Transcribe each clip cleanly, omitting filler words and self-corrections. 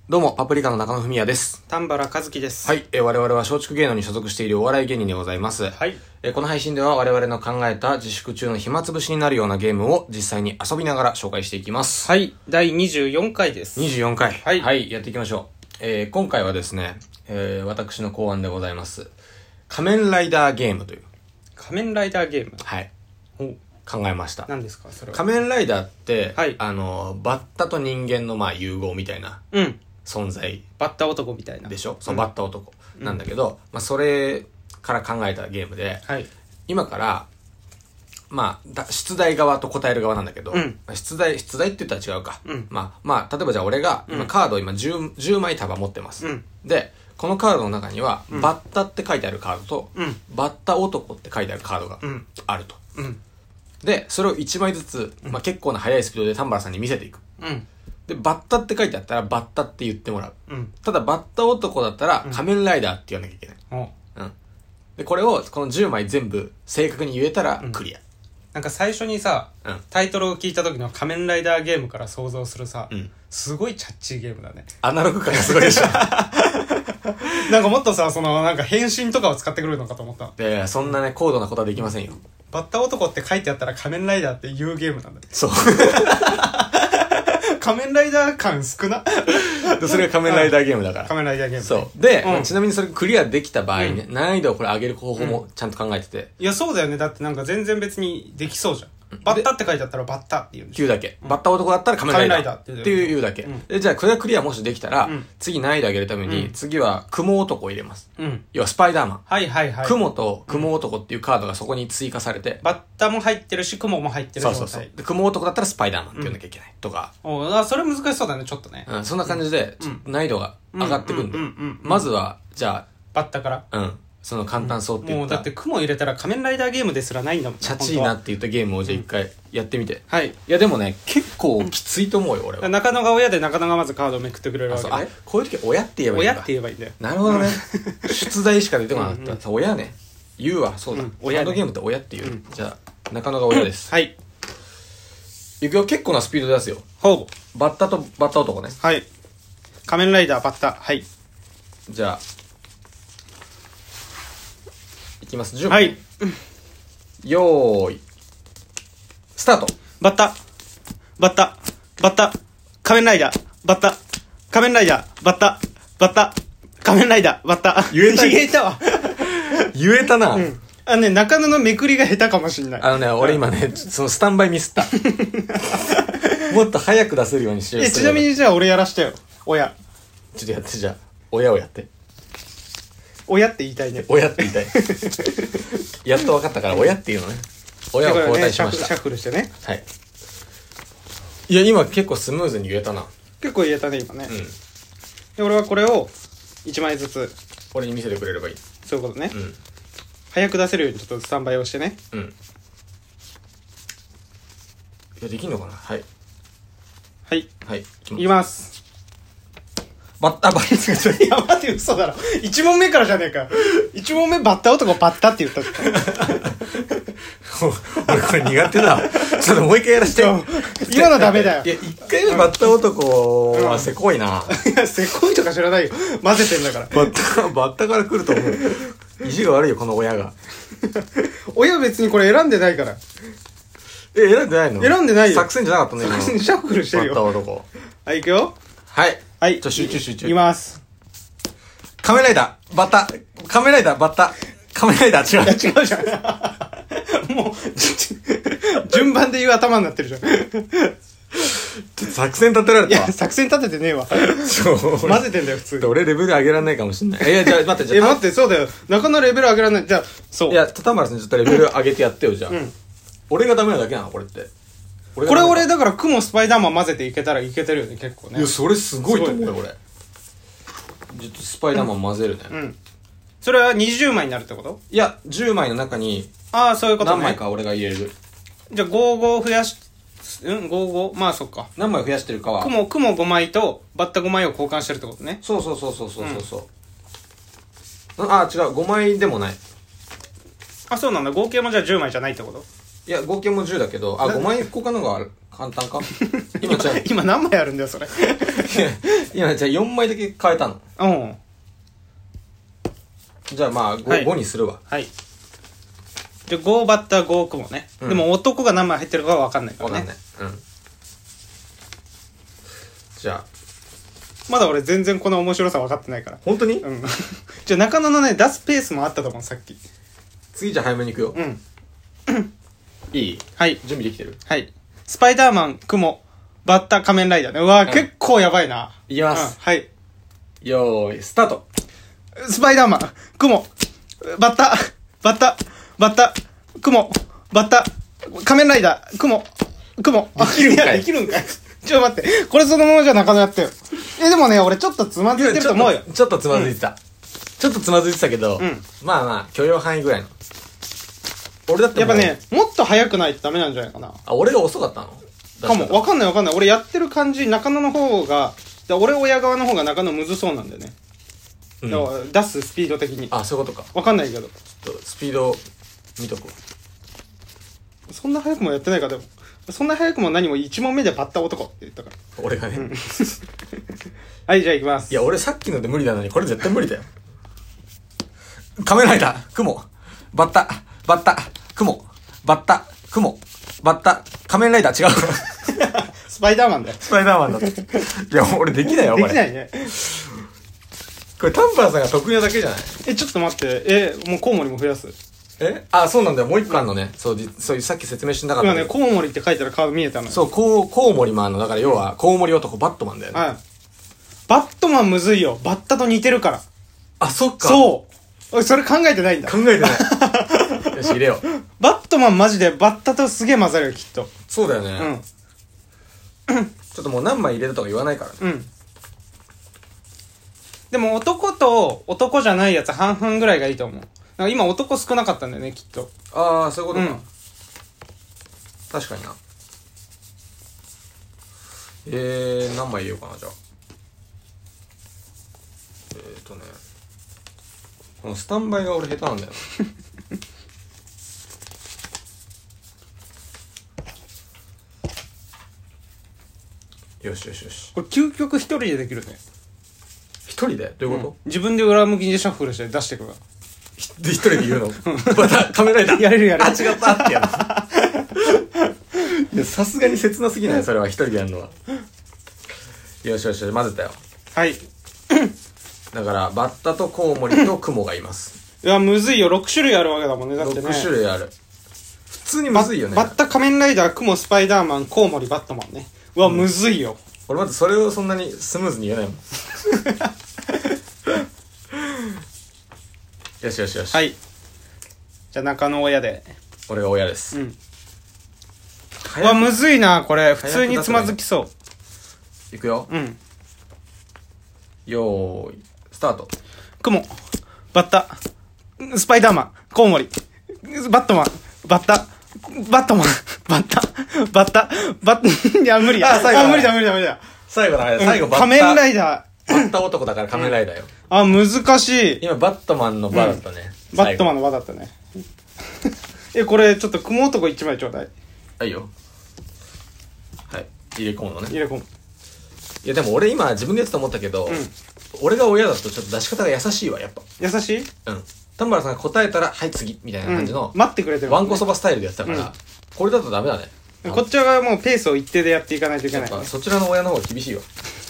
どうも、パプリカの中野文也です。 丹原和樹です。 はい、我々は松竹芸能に所属しているお笑い芸人でございます。 はい。 この配信では我々の考えた自粛中の暇つぶしになるようなゲームを実際に遊びながら紹介していきます。 はい、第24回です。 24回。 はい。 はい、やっていきましょう。今回はですね、私の考案でございます。仮面ライダーゲームという。 仮面ライダーゲーム。 はい。考えました。 何ですかそれは。 仮面ライダーって、 はい、 バッタと人間の融合みたいな。存在バッタ男みたいなでしょ、そう、バッタ男なんだけど、それから考えたゲームで、 はい、 今から出題側と答える側なんだけど、出題って言ったら違うか、例えばじゃあ俺が今カードを10枚束持ってます、でこのカードの中には、バッタって書いてあるカードと、バッタ男って書いてあるカードがあると、でそれを1枚ずつ、結構な速いスピードで丹原さんに見せていく、で、バッタって書いてあったら、バッタって言ってもらう。ただ、バッタ男だったら、仮面ライダーって言わなきゃいけない。で、この10枚全部、正確に言えたら、クリア。 なんか最初にさ、タイトルを聞いた時の仮面ライダーゲームから想像するさ、すごいチャッチーゲームだね。 アナログ感がすごいでしょ。 なんかもっとさ、なんか変身とかを使ってくるのかと思った。 いやそんなね、高度なことはできませんよ。 バッタ男って書いてあったら仮面ライダーっていうゲームなんだね。 そう。 仮面ライダー感少な。 それが仮面ライダーゲームだから。 仮面ライダーゲーム。 そう。で、ちなみにそれクリアできた場合ね、難易度をこれ上げる方法もちゃんと考えてて。 いや、そうだよね。だってなんか全然別にできそうじゃん。バッタって書いてあったらバッタって言うんでしょ。 言うだけ。バッタ男だったら仮面ライダーっていうだけ。で、じゃあこれがクリアもしできたら、次難易度上げるために、次は雲男を入れます。要はスパイダーマン。 はいはいはい。 雲と雲男っていうカードがそこに追加されて。 バッタも入ってるし、雲も入ってる状態。 そう。で、雲男だったらスパイダーマンって言わなきゃいけない。とか。 それ難しそうだね、ちょっとね。 そんな感じで、難易度が上がってくんで。まずは、じゃあ。 バッタから。 その簡単そうって言った、 もうだって雲入れたら仮面ライダーゲームですらないんだもん。 チャチーなって言ったゲームをじゃあ一回やってみて。 はい。 いやでもね、結構きついと思うよ、俺は。 中野が親で中野がまずカードをめくってくれるわけね。 こういう時親って言えばいいんだ。 親って言えばいいんだよ。 なるほどね。出題しか出てこなかった。親ね。言うわ、そうだ。親のゲームって親って言う。じゃあ、中野が親です。 はい。 いくよ、結構なスピード出すよ。 ほう。 バッタとバッタ男ね。 はい。仮面ライダーバッタ。はい。 じゃあ、いきます。 はい。 よーい。スタート。 バッタ。バッタ。バッタ。仮面ライダー。バッタ。仮面ライダー。バッタ。バッタ。仮面ライダー。バッタ。 言えたわ。 言えたな。 中野のめくりが下手かもしんない。 俺今ね、そのスタンバイミスった。もっと早く出せるようにしよう。 ちなみにじゃあ俺やらしてよ。親。 ちょっとやって、じゃあ、親をやって。 親って言いたいね。 親って言いたい。やっと分かったから、親っていうのね。親を交代しました。 シャッフルしてね。 はい。いや、今結構スムーズに言えたな。 結構言えたね、今ね。で、俺はこれを1枚ずつ。 俺に見せてくれればいい。 そういうことね。早く出せるようにちょっとスタンバイをしてね。 いや、できんのかな。はい。 はい。 はい。 いきます。 バッタ。 いや、待って、嘘だろ。1問目からじゃねえか。1問目バッタ男バッタって言った俺これ苦手だ。ちょっともう一回やらして。 今のダメだよ。 いや、1回目バッタ男はせこいな。 いや、せこいとか知らないよ。混ぜてんだから。 バッタから来ると思う。意地が悪いよ、この親が。 親別にこれ選んでないから。 選んでないの？ 選んでないよ。 作戦じゃなかったね。 作戦シャッフルしてるよ。 バッタ男。 はい、いくよ。 はい。 はい。 集中。 いきます。 仮面ライダー、バッタ。仮面ライダー、バッタ。仮面ライダー、違う。 いや、違うじゃん。もう、順番で言う頭になってるじゃん。 作戦立てられた。 いや、作戦立ててねえわ。そう。混ぜてんだよ、普通に。 俺レベル上げられないかもしんない。いや、じゃあ待って、 待って、そうだよ。中野レベル上げられない。じゃあ、そう。 いや、田村さんちょっとレベル上げてやってよ、じゃあ。俺がダメなだけなの、これって。 これ俺だから雲スパイダーマン混ぜていけたらいけてるよね、結構ね。 いや、それすごいと思うよ、俺。ちょっとスパイダーマン混ぜるね。 それは20枚になるってこと？ いや、10枚の中に、 そういうことね。 何枚か俺が入れる。 じゃあ55増やし、55？ まあそっか。 何枚増やしてるかは。 雲5枚とバッタ5枚を交換してるってことね。 そう。違う、5枚でもない。 そうなんだ。合計もじゃあ10枚じゃないってこと？ いや、合計も10だけど、5枚交換の方が簡単か今何枚あるんだよ、それ。 今じゃあ4枚だけ変えたの。 うん。 じゃあまあ 5,、 はい、 5にするわ。 はい。じゃあ5バッター5雲ね、でも男が何枚入ってるかは分かんないからね。 分かんない。じゃあまだ俺全然この面白さ分かってないから。 本当に？ じゃあ中野のね出すペースもあったと思うさっき。 次じゃあ早めに行くよ。いい？ はい。 準備できてる？ はい。スパイダーマン、クモ、バッタ、仮面ライダーね。うわ、結構やばいな。 いきます。 はい。 よーい、スタート。 スパイダーマン、クモ、バッタ、クモ、バッタ、仮面ライダー、クモ。 できるんかい。 できるんかい。ちょっと待って。これそのままじゃ中野やってよ。でもね、俺ちょっとつまずいてると思うよ。 ちょっとつまずいてた。ちょっとつまずいてたけど、まあまあ、許容範囲ぐらいの。俺だってやっぱね、もっと早くないとダメなんじゃないかな。 あ、俺が遅かったのかも。わかんない。俺やってる感じ、中野の方が、俺親側の方が中野むずそうなんだよね。だから出すスピード的に。 あ、そういうことか。 わかんないけど。 ちょっとスピード見とこう。そんな早くもやってないか、でも。そんな早くも何も1問目でバッタ男って言ったから。 俺がね。 はい、じゃあ行きます。 いや、俺さっきので無理なのに、これ絶対無理だよ。仮面ライダー、雲、バッタ、雲、バッタ、雲、バッタ、仮面ライダー違う。 スパイダーマンだよ。 スパイダーマンだって。いや、俺できないよ、これ。 できないね。 これタンパラさんが得意なだけじゃない？ ちょっと待って。もうコウモリも増やす。 あ、そうなんだよ。もう一個あんのね。そう、さっき説明してなかった。 今ね、コウモリって書いたらカード見えたのよ。 そう、コウモリもあんの。だから要は、コウモリ男、バットマンだよね。 はい。バットマンむずいよ。バッタと似てるから。 あ、そっか。 そう。それ考えてないんだ。 考えてない。よし、入れよう。 バットマンマジでバッタとすげえ混ざるよ、きっと。 そうだよね。ちょっともう何枚入れたとか言わないからね。 でも男と男じゃないやつ半々ぐらいがいいと思う。なんか今男少なかったんだよね、きっと。 ああ、そういうことか。確かにな。何枚入れようかな、じゃあ。このスタンバイが俺下手なんだよな。よし。 これ究極一人でできるね。 一人でどういうこと？ 自分で裏向きにシャッフルして出してくる。 で、一人で言うの？またカメライダー。 やれる。 あ、違ったってやる。さすがに切なすぎない？それは一人でやるのは。よし、混ぜたよ。 はい。 だから、バッタとコウモリとクモがいます。 いや、むずいよ。6種類あるわけだもんね。だってね。 6種類ある。普通にむずいよね。 バッタ、仮面ライダー、クモ、スパイダーマン、コウモリ、バットマンね。うわ、むずいよ。 俺まずそれをそんなにスムーズに言えないもん。よし。 はい。じゃあ中野親で。 俺が親です。 うわ、むずいな、これ。普通につまずきそう。 いくよ。よーい、スタート。 クモ、バッタ、スパイダーマン、コウモリ、バットマン、バッタ、バットマン、バッタ、いや、無理や。無理だ。 最後バッタ。 仮面ライダー。バッタ男だから仮面ライダーよ。 難しい。 今、バットマンのバだったね。 バットマンのバだったね。これ、ちょっと雲男1枚ちょうだい。 はいよ。はい。入れ込むのね。 入れ込む。 いや、でも俺今自分でやってたと思ったけど、俺が親だとちょっと出し方が優しいわ、やっぱ。 優しい？ 田村さんが答えたら、はい、次、みたいな感じの、 待ってくれてる。 ワンコそばスタイルでやってたから、これだとダメだね。 こっち側がもうペースを一定でやっていかないといけない。 そちらの親の方が厳しいわ。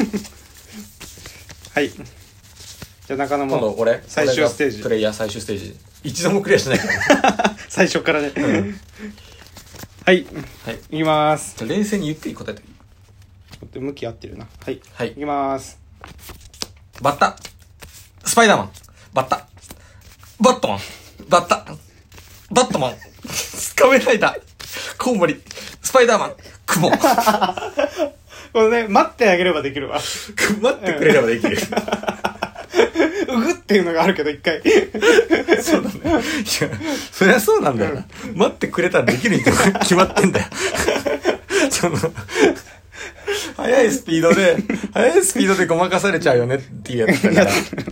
はい。じゃあ中野も。 今度俺最終ステージ。 プレイヤー最終ステージ。一度もクリアしてないから。 最初からね。はい。いきまーす。 冷静にゆっくり答えて。 向き合ってるな。はい。 いきまーす。 バッタ。スパイダーマン。バッタ。バットマン。バッタ。バットマン。仮面ライダー。コウモリ。スパイダーマン。クモ。 これね、待ってあげればできるわ。 待ってくれればできる。 うぐっていうのがあるけど、一回。 そうだね。いや、そりゃそうなんだよな。待ってくれたらできるに決まってんだよ。速いスピードでごまかされちゃうよねっていうやつだから。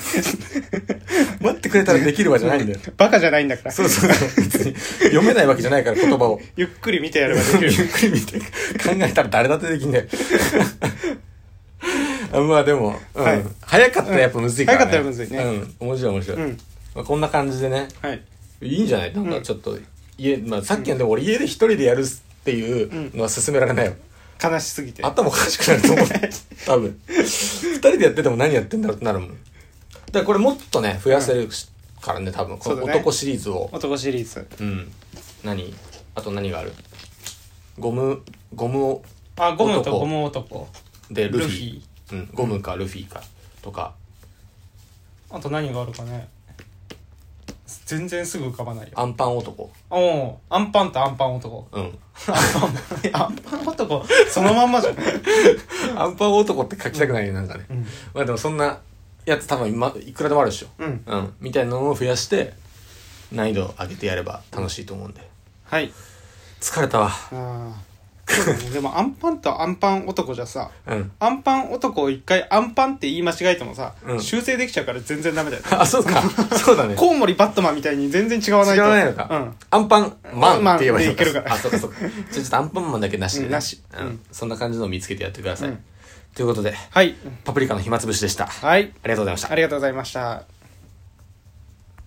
待ってくれたらできるわじゃないんだよ。 バカじゃないんだから。 そう。別に読めないわけじゃないから、言葉を。 ゆっくり見てやればできる。 ゆっくり見て考えたら誰だってできんだよ。 まあでも、はい、早かったらやっぱむずいからね。 早かったらむずいね。 面白い面白い。まあ、こんな感じでね。 はい。 いいんじゃない？なんかちょっと、まあさっきのでも俺家で一人でやるっていうのは勧められないよ。 悲しすぎて。 頭おかしくなると思う。多分。二人でやってても何やってんだろうってなるもん。だからこれもっとね、増やせるからね、多分。この男シリーズを。 男シリーズ。 あと何がある？ゴムを。 ゴムとゴム男。 で、ルフィ。ゴムかルフィか。とか。 あと何があるかね。全然すぐ浮かばないよ。 アンパン男。 アンパンとアンパン男。 アンパン男、そのまんまじゃん。 アンパン男って書きたくないよ、なんかね。まあでもそんなやつ多分いくらでもあるでしょ。みたいなのを増やして、難易度上げてやれば楽しいと思うんで。 はい。 疲れたわ。 でもアンパンとアンパン男じゃさ、アンパン男を一回アンパンって言い間違えてもさ、修正できちゃうから全然ダメだよね。 そうか。そうだね。 コウモリバットマンみたいに全然違わないと。 違わないのか。アンパンマンって言えばいいのか。そうかそうか。ちょっとアンパンマンだけなしで。 なし。 そんな感じのを見つけてやってください。ということで、 はい。 パプリカの暇つぶしでした。 はい。 ありがとうございました。 ありがとうございました。